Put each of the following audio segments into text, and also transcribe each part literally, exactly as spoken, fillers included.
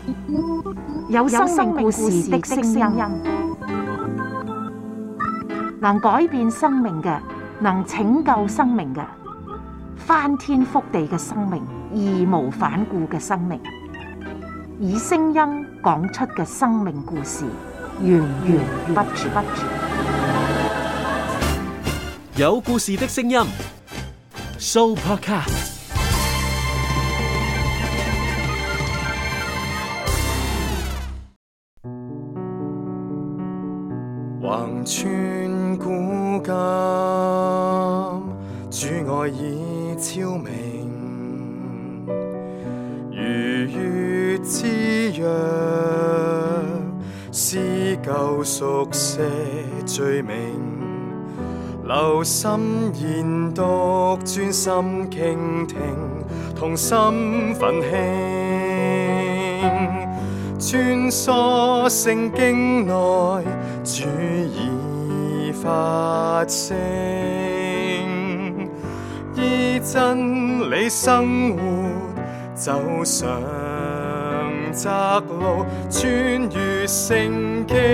有生命故事的聲音，能改變生命嘅，能拯救生命嘅，翻天覆地嘅生命，義無反顧嘅生命，以聲音講出嘅生命故事，源源不絕。 有故事的聲音 ，Sooo Podcast。 橫穿古今，主愛已超明，如月之約，撕舊熟寫罪名，留心研讀，專心傾聽，同心奮興，穿梭聖經內，主已發聲，依真理生活，走上窄路，穿越聖經。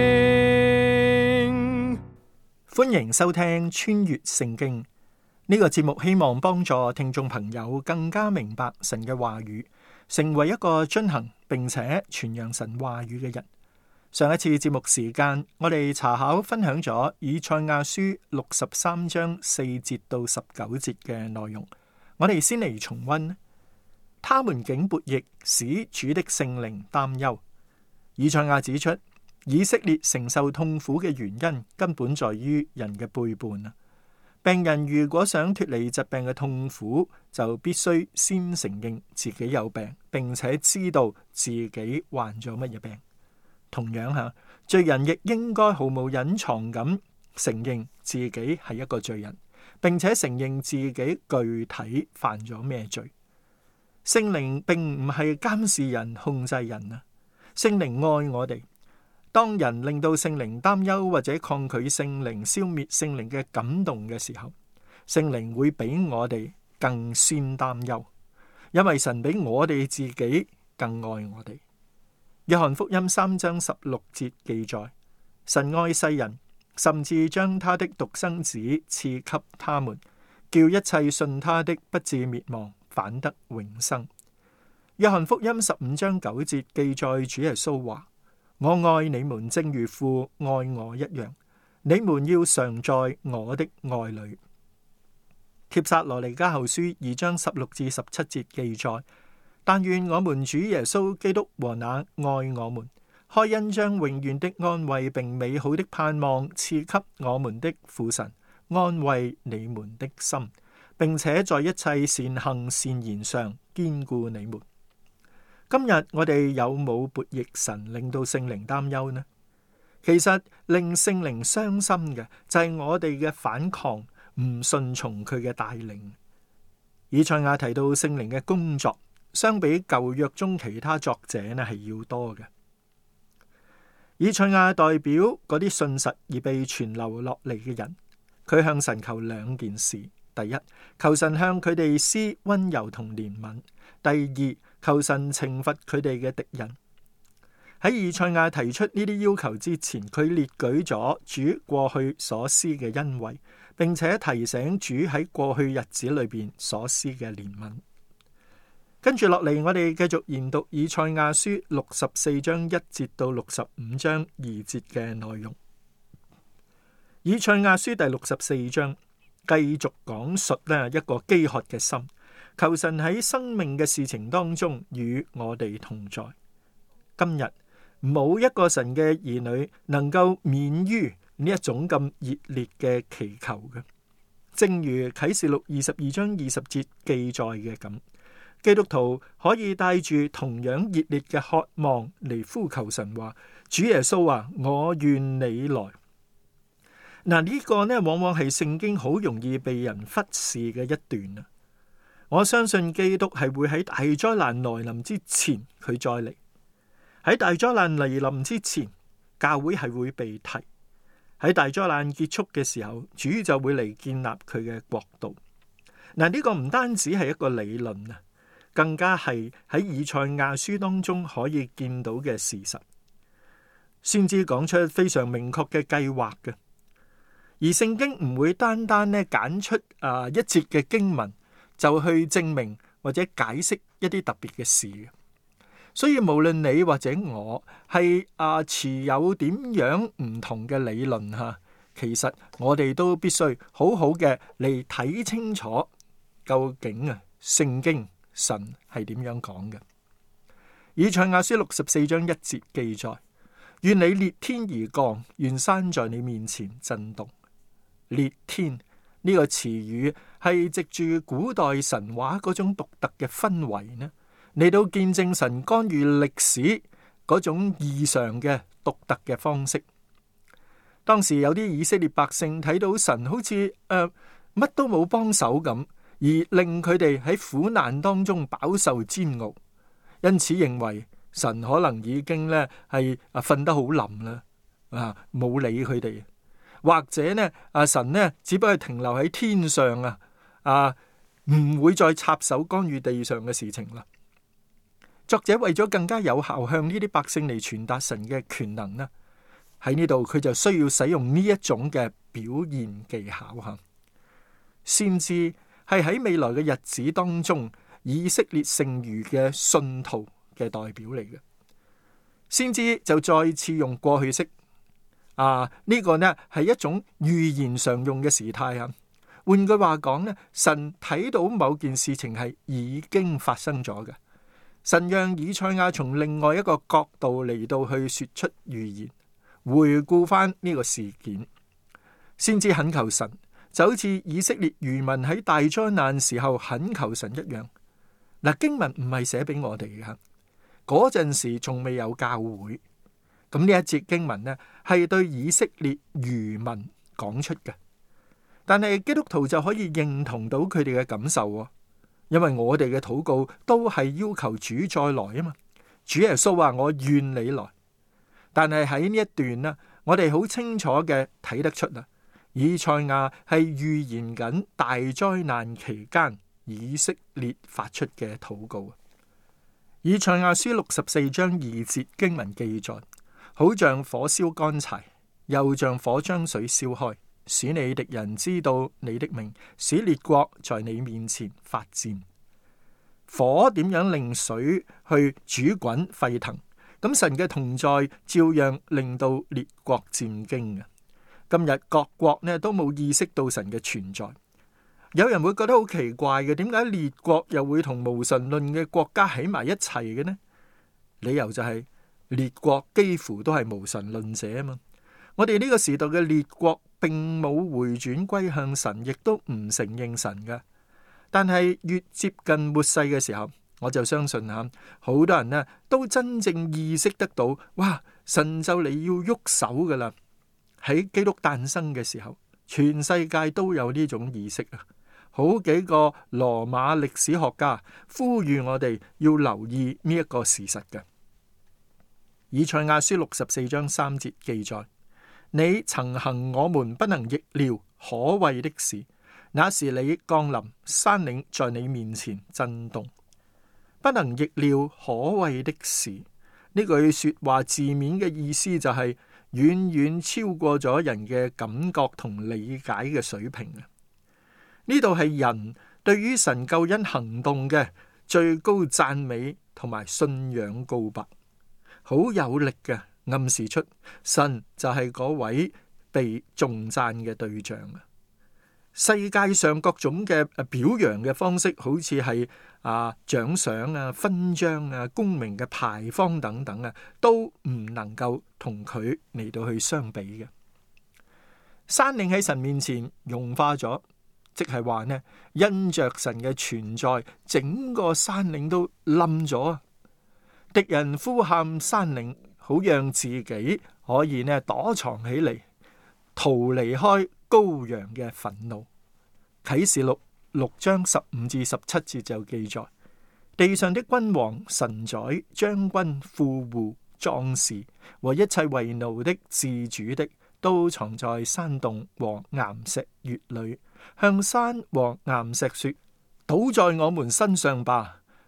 歡迎收聽穿越聖經呢個節目，希望幫助聽眾朋友更加明白神嘅話語，成為一個遵行並且傳揚神話語嘅人。上一次節目時間，我哋查考分享咗以賽亞書六十三章四節到十九節嘅內容，我哋先嚟重溫。他們竟悖逆，使主的聖靈擔憂。以賽亞指出，以色列承受痛苦嘅原因根本在於人嘅背叛啊！病人如果想脫離疾病嘅痛苦，就必須先承認自己有病，並且知道自己患咗乜嘢病。同樣吓，罪人亦應該毫無隱藏咁承認自己係一個罪人，並且承認自己具體犯咗咩罪。聖靈並唔係監視人、控制人啊！聖靈愛我哋。當人令到聖靈擔憂或者抗拒聖靈、消滅聖靈嘅感動嘅時候，聖靈會比我哋更先擔憂，因為神比我哋自己更愛我哋。約翰福音三章十六節記載，神愛世人，甚至將他的獨生子賜給他們，叫一切信他的不至滅亡，反得永生。約翰福音十五章九節記載，主耶穌話：我愛你們，正如父愛我一樣，你們要常在我的愛裏。帖撒羅尼迦後書二章十六至十七節記載，但願我們主耶穌基督和那愛我們、開恩將永遠的安慰並美好的盼望賜給我們的父神，安慰你們的心，並且在一切善行善言上堅固你們。今日我哋有冇悖逆神，令到聖靈擔憂呢？其實令聖靈傷心嘅就係我哋嘅反抗，唔順從佢嘅帶領。以賽亞提到聖靈嘅工作，相比舊約中其他作者呢係要多嘅。以賽亞代表嗰啲信實而被傳流落嚟嘅人，佢向神求兩件事：第一，求神向佢哋施溫柔同憐憫；第二，求神懲罰佢哋嘅敵人。喺以賽亞提出呢啲要求之前，佢列舉咗主過去所施嘅恩惠，並且提醒主喺過去日子裏邊所施嘅憐憫。跟住落嚟，我哋繼續研讀以賽亞書六十四章一節到六十五章二節嘅內容。以賽亞書第六十四章繼續講述呢一個飢渴嘅心，求神喺生命嘅事情當中與我哋同在。今日冇一個神嘅兒女能夠免於呢一種咁熱烈嘅祈求嘅，正如啟示錄二十二章二十節記載嘅咁，基督徒可以帶住同樣熱烈嘅渴望嚟呼求神話：主耶穌啊，我願你來。嗱，呢個呢往往係聖經好容易被人忽視嘅一段啊！我相信基督係會喺大災難來臨之前佢再嚟。喺大災難來臨之前，教會係會被提。喺大災難結束嘅時候，主就會嚟建立佢嘅國度。嗱，呢個唔單止係一個理論啊， 更加係喺以賽亞書當中可以見到嘅事實。先知講出非常明確嘅計劃嘅，而聖經唔會單單咧揀出啊一節嘅經文就去證明或者解釋一啲特別嘅事嘅。所以無論你或者我係啊持有點樣唔同嘅理論吓，其實我哋都必須好好嘅嚟睇清楚究竟啊聖經神係點樣講嘅。以賽亞書六十四章一節記載：願你裂天而降，願山在你面前震動。裂天呢個詞語係藉住古代神話嗰種獨特嘅氛圍呢，嚟到見證神干預歷史嗰種異常嘅獨特嘅方式。當時有啲以色列百姓睇到神好似誒乜都冇幫手咁，而令佢哋喺苦難當中飽受煎熬，因此認為神可能已經咧係啊瞓得好冧啦，啊冇理佢哋，或者呢啊神呢只不過停留喺天上啊，啊唔會再插手干預地上嘅事情啦。作者為咗更加有效向呢啲百姓嚟傳達神嘅權能呢，喺呢度佢就需要使用呢一種嘅表現技巧吓。先知係喺未來嘅日子當中以色列剩餘嘅信徒嘅代表嚟嘅，先知就再次用過去式啊，呢、這個呢係一種預言常用嘅時態啊。換句話講呢，神睇到某件事情係已經發生咗嘅。神讓以賽亞從另外一個角度嚟到去說出預言，回顧翻呢個事件，先至懇求神，就好似以色列餘民喺大災難時候懇求神一樣。嗱，經文唔係寫俾我哋嘅，嗰陣時仲未有教會，咁呢一節經文呢係對以色列餘民講出嘅，但係基督徒就可以認同到佢哋嘅感受喎。因為我哋嘅禱告都係要求主再來啊嘛，主耶穌話我願你來，但係喺呢一段呢，我哋好清楚嘅睇得出啦，以賽亞係預言緊大災難期間以色列發出嘅禱告。以賽亞書六十四章二節經文記載：好像火燒乾柴，又像火將水燒開，使你敵人知道你的名，使列國在你面前發顫。火點樣令水去煮滾沸騰？咁神嘅同在照樣令到列國戰驚嘅。今日各國呢都冇意識到神嘅存在。有人會覺得好奇怪嘅，點解列國又會同無神論嘅國家喺埋一齊嘅呢？理由就係列國幾乎都係無神論者啊嘛。我哋呢個時代嘅列國並冇回轉歸向神，亦都唔承認神嘅。但係越接近末世嘅時候，我就相信吓，好多人呢都真正意識得到，哇！神就嚟要喐手噶啦。喺基督誕生嘅時候，全世界都有呢種意識啊。好幾個羅馬歷史學家呼籲我哋要留意呢一個事實嘅。以賽亞書六十四章三節記載：你曾行我們不能逆料可畏的事，那時你降臨，山嶺在你面前震動。不能逆料可畏的事，呢句說話字面嘅意思就係遠遠超過咗人嘅感覺同理解嘅水平啊！呢度係人對於神救恩行動嘅最高讚美同埋信仰告白，好有力嘅暗示出神就係嗰位被頌讚嘅對象啊！世界上各種嘅表揚嘅方式，好似係啊獎賞啊、勳章啊、功名嘅牌坊等等啊，都唔能夠同佢嚟到去相比嘅。山嶺喺神面前融化咗，即係話呢，因着神嘅存在，整個山嶺都冧咗。敵人呼喊山嶺，好讓自己可以呢躲藏起嚟，逃離開羔羊嘅憤怒。啟示錄六章十五至十七節就記載：地上的君王、臣宰、將軍、富戶、壯士和一切為奴的、自主的，都藏在山洞和岩石穴裏，向山和岩石說：倒在我們身上吧，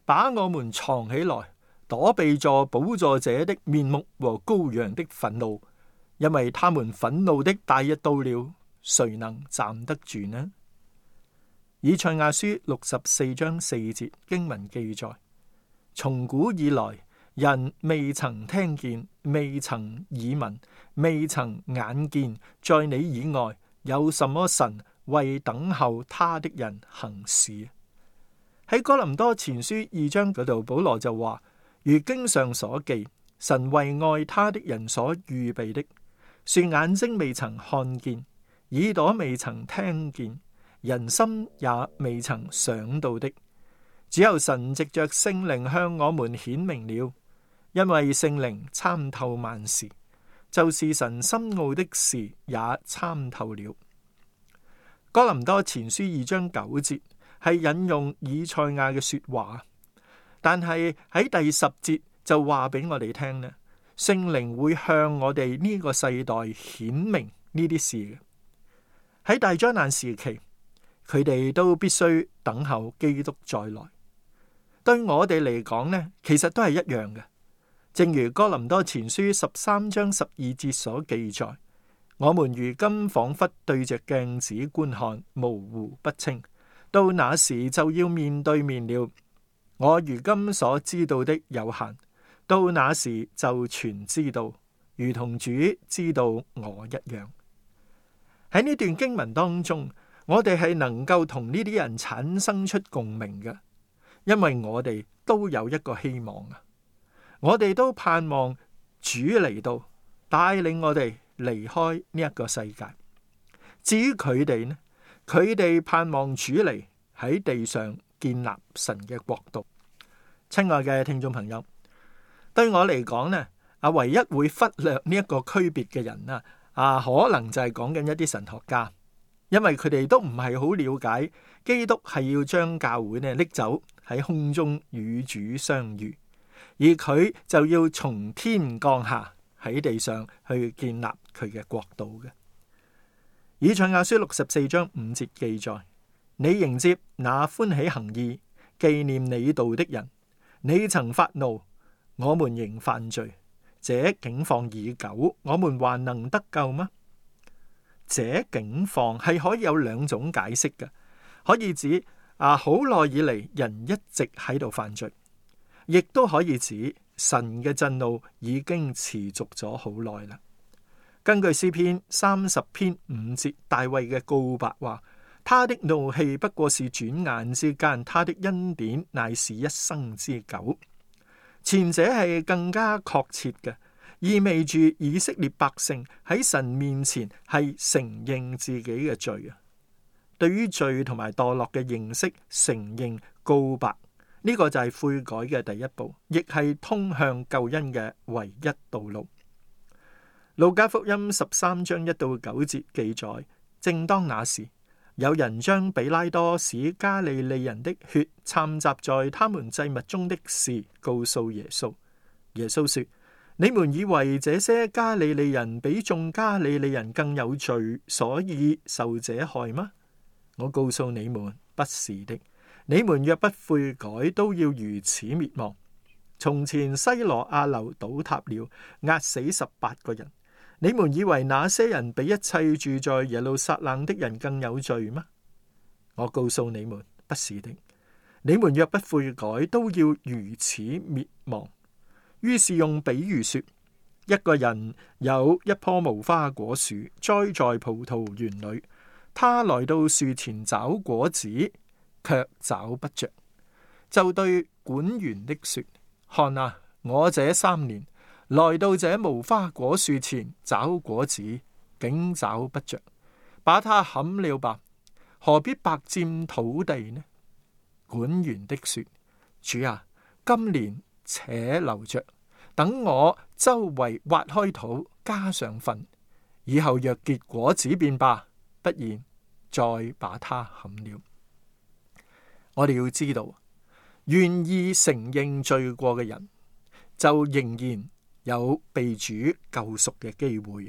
把我們藏起來，躲避坐寶座者的面目和羔羊的憤怒，因為他們憤怒的大日到了，誰能站得住呢？以賽亞書六十四章四節經文記載：從古以來，人未曾聽見，未曾耳聞，未曾眼見，在你以外有什麼神為等候他的人行事。喺哥林多前書二章嗰度，保羅就話：如經上所記，神為愛他的人所預備的，說眼睛未曾看見，耳朵未曾聽見，人心也未曾想到的，只有神藉着聖靈向我們顯明了。因為聖靈參透萬事，就是神深奧的事也參透了。哥林多前書二章九節係引用以賽亞嘅說話，但係喺第十節就話俾我哋聽呢，聖靈會向我哋呢個世代顯明呢啲事嘅。喺大災難時期，佢哋都必須等候基督再來。對我哋嚟講呢，其實都係一樣嘅。正如哥林多前書十三章十二節所記載，我們如今仿佛對着鏡子觀看，模糊不清，到那時就要面對面了。我如今所知道的有限，到那時就全知道，如同主知道我一樣。喺呢段經文當中，我哋係能夠同呢啲人產生出共鳴嘅，因為我哋都有一個希望啊！我哋都盼望主嚟到帶領我哋離開呢一個世界。至於佢哋呢，佢哋盼望主嚟喺地上建立神嘅國度。親愛嘅聽眾朋友，對我嚟講呢，啊，唯一會忽略呢一個區別嘅人啊，啊，可能就係講緊一啲神學家，因為佢哋都唔係好了解基督係要將教會呢拎走喺空中與主相遇。而佢就要從天降下喺地上去建立佢嘅國度嘅。以賽亞書六十四章五節記載：你迎接那歡喜行義、紀念你道的人，你曾發怒，我們仍犯罪，這景況已久，我們還能得救嗎？這景況係可以有兩種解釋嘅，可以指啊好耐以嚟人一直喺度犯罪。亦都可以指神嘅震怒已經持續咗好耐啦。根據詩篇三十篇五節，大衛嘅告白話：他的怒氣不過是轉眼之間，他的恩典乃是一生之久。前者係更加確切嘅，意味住以色列百姓喺神面前係承認自己嘅罪啊。對於罪同埋墮落嘅認識、承認、告白。呢個就係悔改嘅第一步，亦係通向救恩嘅唯一道路。路加福音十三章一到九節記載：正當那時，有人將比拉多使加利利人的血摻雜在他們祭物中的事告訴耶穌。耶穌說：你們以為這些加利利人比眾加利利人更有罪，所以受這害嗎？我告訴你們，不是的。你們若不悔改，都要如此滅亡。從前西羅亞樓倒塌了，壓死十八個人。你們以為那些人比一切住在耶路撒冷的人更有罪嗎？我告訴你們，不是的。你們若不悔改，都要如此滅亡。於是用比喻說，一個人有一棵無花果樹栽在葡萄園裏，他來到樹前找果子，卻找不着，就對管園的說：看啊，我這三年來到這無花果樹前找果子，竟找不着，把它砍了吧，何必白佔土地呢？管園的說：主啊，今年且留着，等我周圍挖開土，加上糞，以後若結果子便罷，不然再把它砍了。我哋要知道，願意承認罪過嘅人，就仍然有被主救贖嘅機會。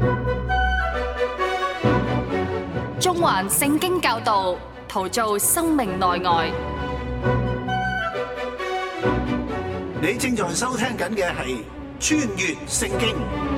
中環聖經教導，陶造生命內外。 你正在收聽緊嘅係《穿越聖經》。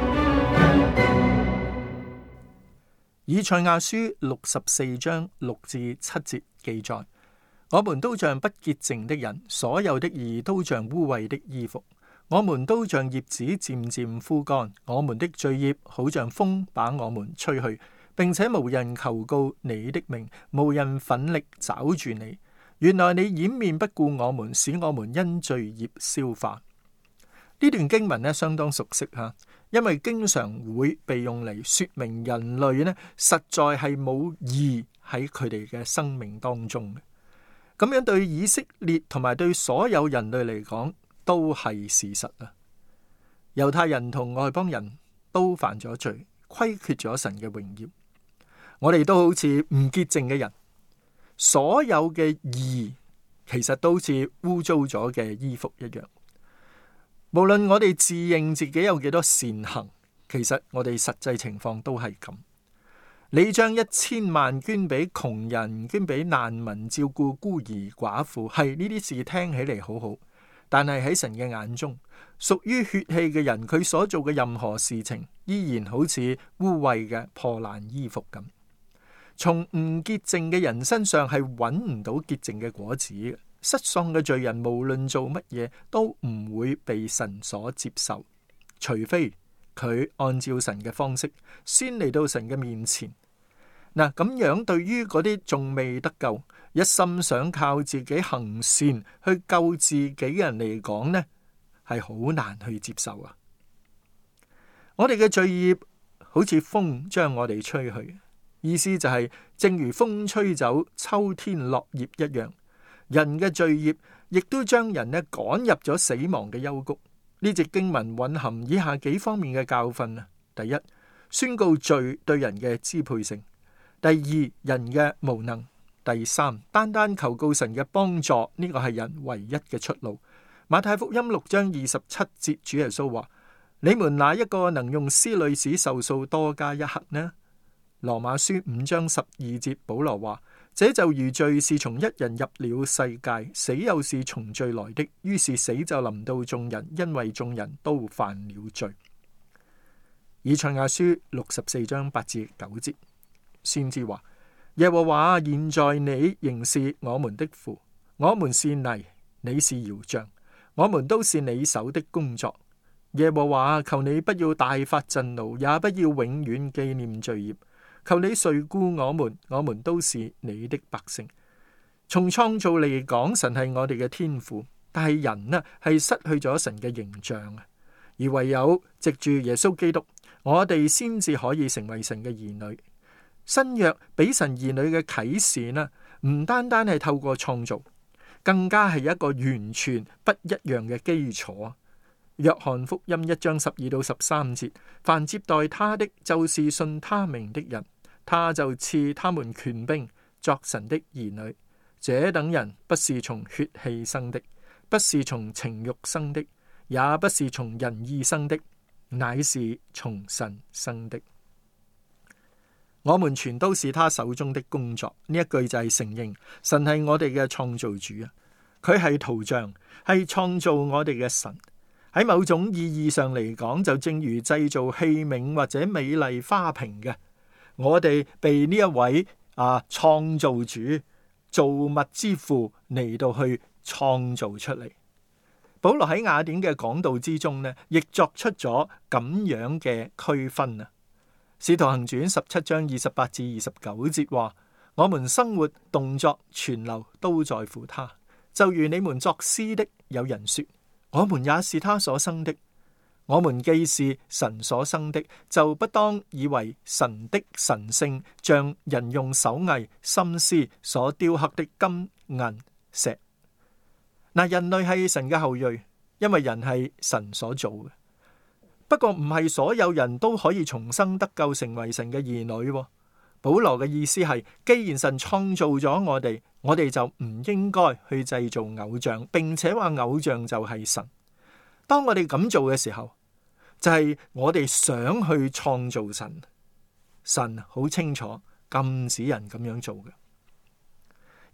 以賽亞書六十四章六至七節記載：我們都像不潔淨的人，所有的義都像污穢的衣服。我們都像葉子漸漸枯乾，我們的罪孽好像風把我們吹去，並且無人求告你的名，無人奮力抓住你。原來你掩面不顧我們，使我們因罪孽消化。呢段經文呢相當熟悉吓，因為經常會被用嚟說明人類呢實在係冇義喺佢哋嘅生命當中嘅。咁樣對以色列同埋對所有人類嚟講都係事實啊！猶太人同外邦人都犯咗罪，虧缺咗神嘅榮耀。我哋都好似唔潔淨嘅人，所有嘅義其實都好似污糟咗嘅衣服一樣。無論我哋自認自己有幾多善行，其實我哋實際情況都係咁。你將一千萬捐俾窮人，捐俾難民，照顧孤兒寡婦，係呢啲事聽起嚟好好。但係喺神嘅眼中，屬於血氣嘅人，佢所做嘅任何事情，依然好似污穢嘅破爛衣服咁。從唔潔淨嘅人身上係揾唔到潔淨嘅果子嘅。失喪嘅罪人，無論做乜嘢，都唔會被神所接受，除非佢按照神嘅方式，先嚟到神嘅面前。嗱，咁樣對於嗰啲仲未得救，一心想靠自己行善去救自己嘅人嚟講呢，係好難去接受啊！我哋嘅罪孽好似風將我哋吹去，意思就係正如風吹走秋天落葉一樣，人嘅罪孽亦都將人呢趕入咗死亡嘅幽谷。呢節經文蘊含以下幾方面嘅教訓啊：第一，宣告罪對人嘅支配性；第二，人嘅無能；第三，單單求告神嘅幫助，呢個係人唯一嘅出路。馬太福音六章二十七節，主耶穌話：你們哪一個能用思慮使壽數多加一刻呢？羅馬書五章十二節，保羅話：這就如罪是從一人入了世界，死又是從罪來的，於是死就臨到眾人，因為眾人都犯了罪。以賽亞書六十四章八至九節，先知話：耶和華，現在你仍是我們的父，我們是泥，你是窯匠，我們都是你手的工作。耶和華，求你不要大發震怒，也不要永遠紀念罪孽。求你垂顧我們，我們都是你的百姓。從創造嚟講，神係我哋嘅天父，但係人呢係失去咗神嘅形象啊，而唯有藉住耶穌基督，我哋先至可以成為神嘅兒女。新約俾神兒女嘅啟示呢，唔單單係透過創造，更加係一個完全不一樣嘅基礎。約翰福音一章十二到十三節，凡接待他的，就是信他名的人，他就賜他們權柄作神的兒女。這等人不是從血氣生的，不是從情欲生的，也不是從人意生的，乃是從神生的。我們全都是他手中的工作，呢一句就係承認神係我哋嘅創造主啊！佢係圖像，係創造我哋嘅神。喺某種意義上嚟講，就正如製造器皿或者美麗花瓶嘅，我哋被呢一位啊創造主、造物之父嚟到去創造出嚟。保羅喺雅典嘅講道之中呢，亦作出咗咁樣嘅區分啊。使徒行傳十七章二十八至二十九節話：我們生活、動作、存留都在乎他。就如你們作詩的，有人說，我們也是他所生的。我們既是神所生的，就不當以為神的神性像人用手藝心思所雕刻的金銀石。嗱，人類係神嘅後裔，因為人係神所做嘅。不過唔係所有人都可以重生得救，成為神嘅兒女。保羅嘅意思係，既然神創造咗我哋，我哋就唔應該去製造偶像，並且話偶像就係神。當我哋咁做嘅時候，就係我哋想去創造神。神好清楚禁止人咁樣做嘅。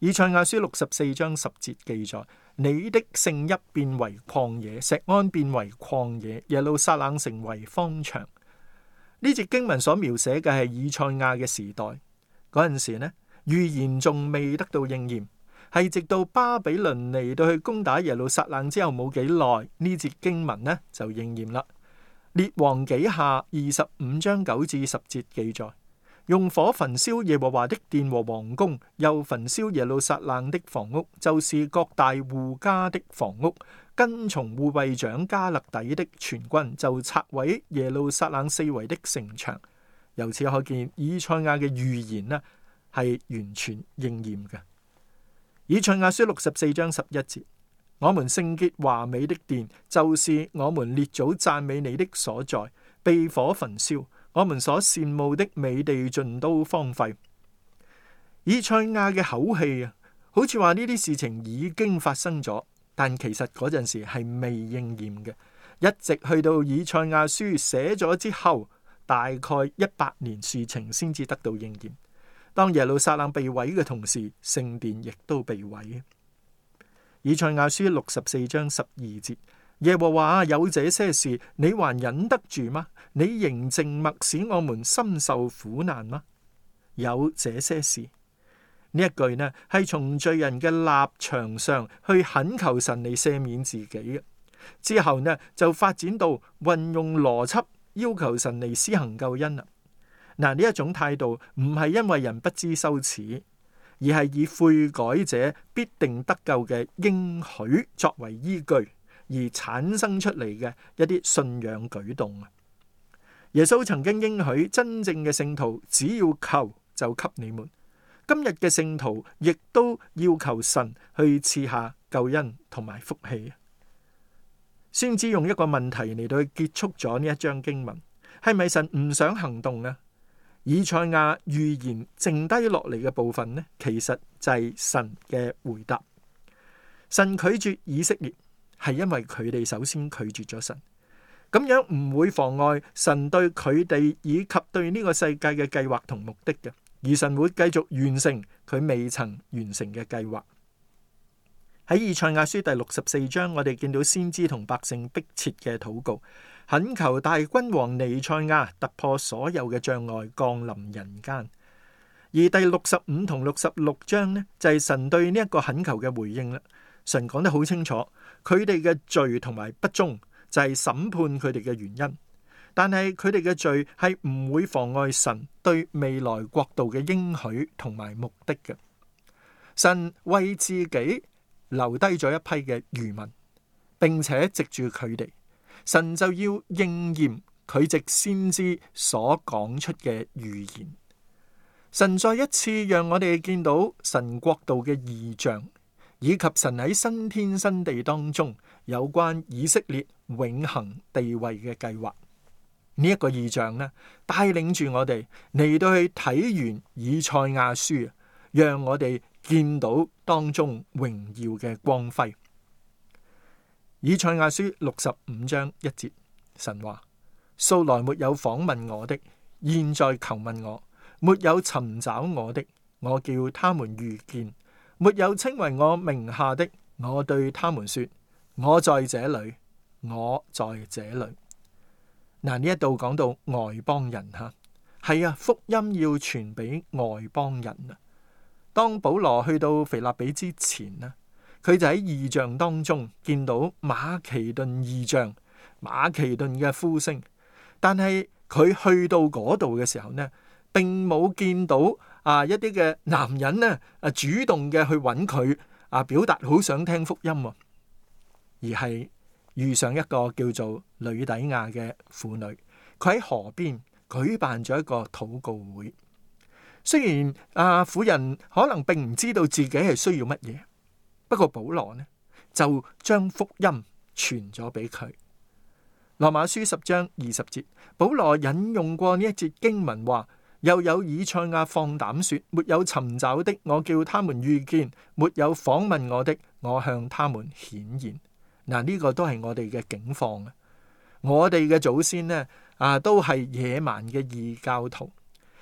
以賽亞書六十四章十節記載：你的聖邑變為曠野，錫安變為曠野，耶路撒冷成為荒場。呢節經文所描寫嘅係以賽亞嘅時代，嗰陣時呢，預言仲未得到應驗，係直到巴比倫嚟到去攻打耶路撒冷之後冇幾耐，呢節經文呢就應驗啦。列王紀下二十五章九至十節記載：用火焚燒耶和華的殿和王宮，又焚燒耶路撒冷的房屋，就是各大戶家的房屋。跟從護衛長加勒底的全軍，就拆毀耶路撒冷四圍的城牆。由此可見，以賽亞嘅預言呢係完全應驗嘅。以賽亞書六十四章十一節：我們聖潔華美的殿，就是我們列祖讚美你的所在，被火焚燒。我們所羨慕的美地盡都荒廢。以賽亞嘅口氣啊，好似話呢啲事情已經發生咗，但其實嗰陣時係未應驗嘅。一直去到以賽亞書寫咗之後，大概一百年事情先至得到應驗。當耶路撒冷被毀嘅同時，聖殿亦都被毀。以賽亞書六十四章十二節：耶和華有這些事，你還忍得住嗎？你仍靜默，使我們深受苦難嗎？有這些事，呢一句呢係從罪人嘅立場上去懇求神嚟赦免自己嘅。之後呢就發展到運用邏輯要求神嚟施行救恩啦。嗱，呢一種態度唔係因為人不知羞恥，而係以悔改者必定得救嘅應許作為依據而產生出嚟嘅一啲信仰舉動。耶穌曾經應許真正嘅聖徒只要求就給你們，今日嘅聖徒亦都要求神去賜下救恩同埋福氣。先至用一個問題嚟到去結束咗呢一章經文，係咪神唔想行動呢？以賽亞預言剩低落嚟嘅部分呢，其實就係神嘅回答。神拒絕以色列，係因為佢哋首先拒絕咗神，咁樣唔會妨礙神對佢哋以及對呢個世界嘅計劃同目的嘅，而神會繼續完成佢未曾完成嘅計劃。喺以賽亞書第六十四章，我哋見到先知同百姓迫切嘅禱告，懇求大君王彌賽亞突破所有嘅障礙，降臨人間。而第六十五同六十六章呢，就係神對呢一個懇求嘅回應啦。神講得好清楚，佢哋嘅罪同埋不忠就係審判佢哋嘅原因，但係佢哋嘅罪係唔會妨礙神對未來國度嘅應許同埋目的嘅。神為自己留低咗一批嘅餘民，並且藉住佢哋，神就要應驗佢藉先知所講出嘅預言。神再一次讓我哋見到神國度嘅異象，以及神喺新天新地當中有關以色列永恆地位嘅計劃。呢、這、一個異象呢，帶領住我哋嚟到去睇完以賽亞書，讓我哋見到當中榮耀嘅光輝。以賽亞書六十五章一節，神話：素來沒有訪問我的，現在求問我；沒有尋找我的，我叫他們遇見；沒有稱為我名下的，我對他們說：我在這裏，我在這裏。嗱，呢一度講到外邦人吓，係啊，福音要傳俾外邦人啊。當保羅去到腓立比之前呢，佢就喺異象當中見到馬其頓異象，馬其頓嘅呼聲，但係佢去到嗰度嘅時候呢，並冇見到啊一啲嘅男人呢啊主動嘅去揾佢啊表達好想聽福音，而係遇上一個叫做呂底亞嘅婦女，佢喺河邊舉辦咗一個禱告會。雖然啊，婦人可能並唔知道自己係需要乜嘢，不過保羅呢就將福音傳咗俾佢。羅馬書十章二十節，保羅引用過呢一節經文話：又有以賽亞放膽說，沒有尋找的，我叫他們遇見；沒有訪問我的，我向他們顯現。嗱，呢個都係我哋嘅境況啊！我哋嘅祖先呢啊，都係野蠻嘅異教徒。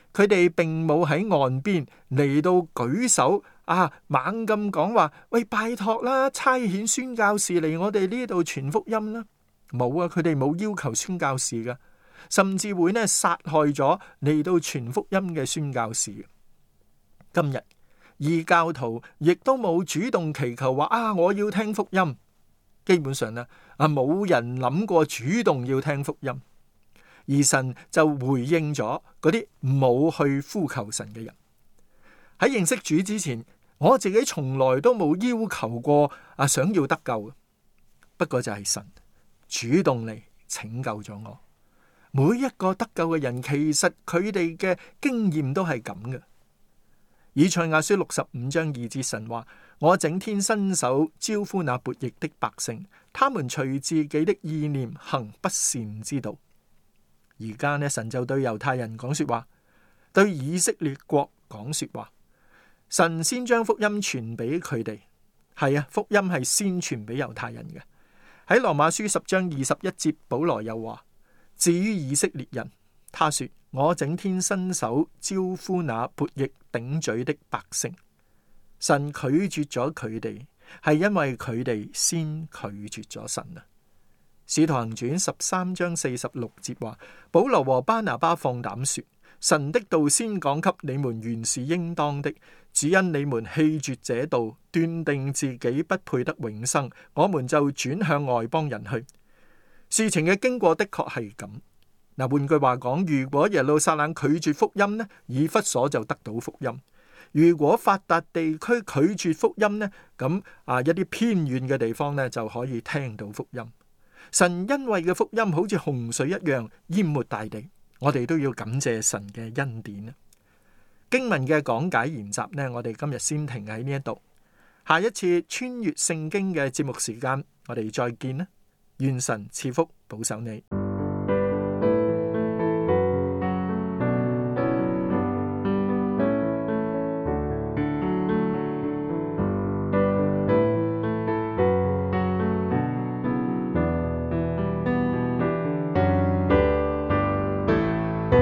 佢哋並冇喺岸邊嚟到舉手啊，猛咁講話，喂，拜託啦，差遣宣教士嚟我哋呢度傳福音啦。冇啊，佢哋冇要求宣教士噶，甚至會呢殺害咗嚟到傳福音嘅宣教士。今日異教徒亦都冇主動祈求話啊，我要聽福音。基本上呢啊，冇人諗過主動要聽福音，而神就回應咗嗰啲冇去呼求神嘅人。喺認識主之前，我自己從來都冇要求過啊，想要得救。不過就係神主動嚟拯救咗我。每一個得救嘅人，其實佢哋嘅經驗都係咁嘅。以賽亞書六十五章二節，神話：我整天伸手招呼那悖逆的百姓，他們隨自己的意念行不善之道。而家呢，神就對猶太人講說話，對以色列國講說話。神先將福音傳俾佢哋，係啊，福音係先傳俾猶太人嘅。喺羅馬書十章二十一節，保羅又話：至於以色列人，他說：我整天伸手招呼那悖逆頂嘴的百姓。神拒絕咗佢哋，係因為佢哋先拒絕咗神啊。使徒行傳十三章四十六節話：保羅和巴拿巴放膽說，神的道先講給你們原是應當的，只因你們棄絕這道，斷定自己不配得永生，我們就轉向外邦人去。事情嘅經過的確係咁。嗱，換句話講，如果耶路撒冷拒絕福音呢，以弗所就得到福音；如果法達地區拒絕福音呢，咁啊一啲偏遠嘅地方呢就可以聽到福音。神恩惠嘅福音好似洪水一樣淹沒大地，我哋都要感謝神嘅恩典。經文嘅講解研習呢，我哋今日先停喺呢一度。下一次穿越聖經嘅節目時間，我哋再見啦！願神賜福保守你。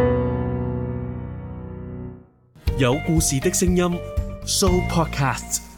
有故事的聲音 Show Podcast。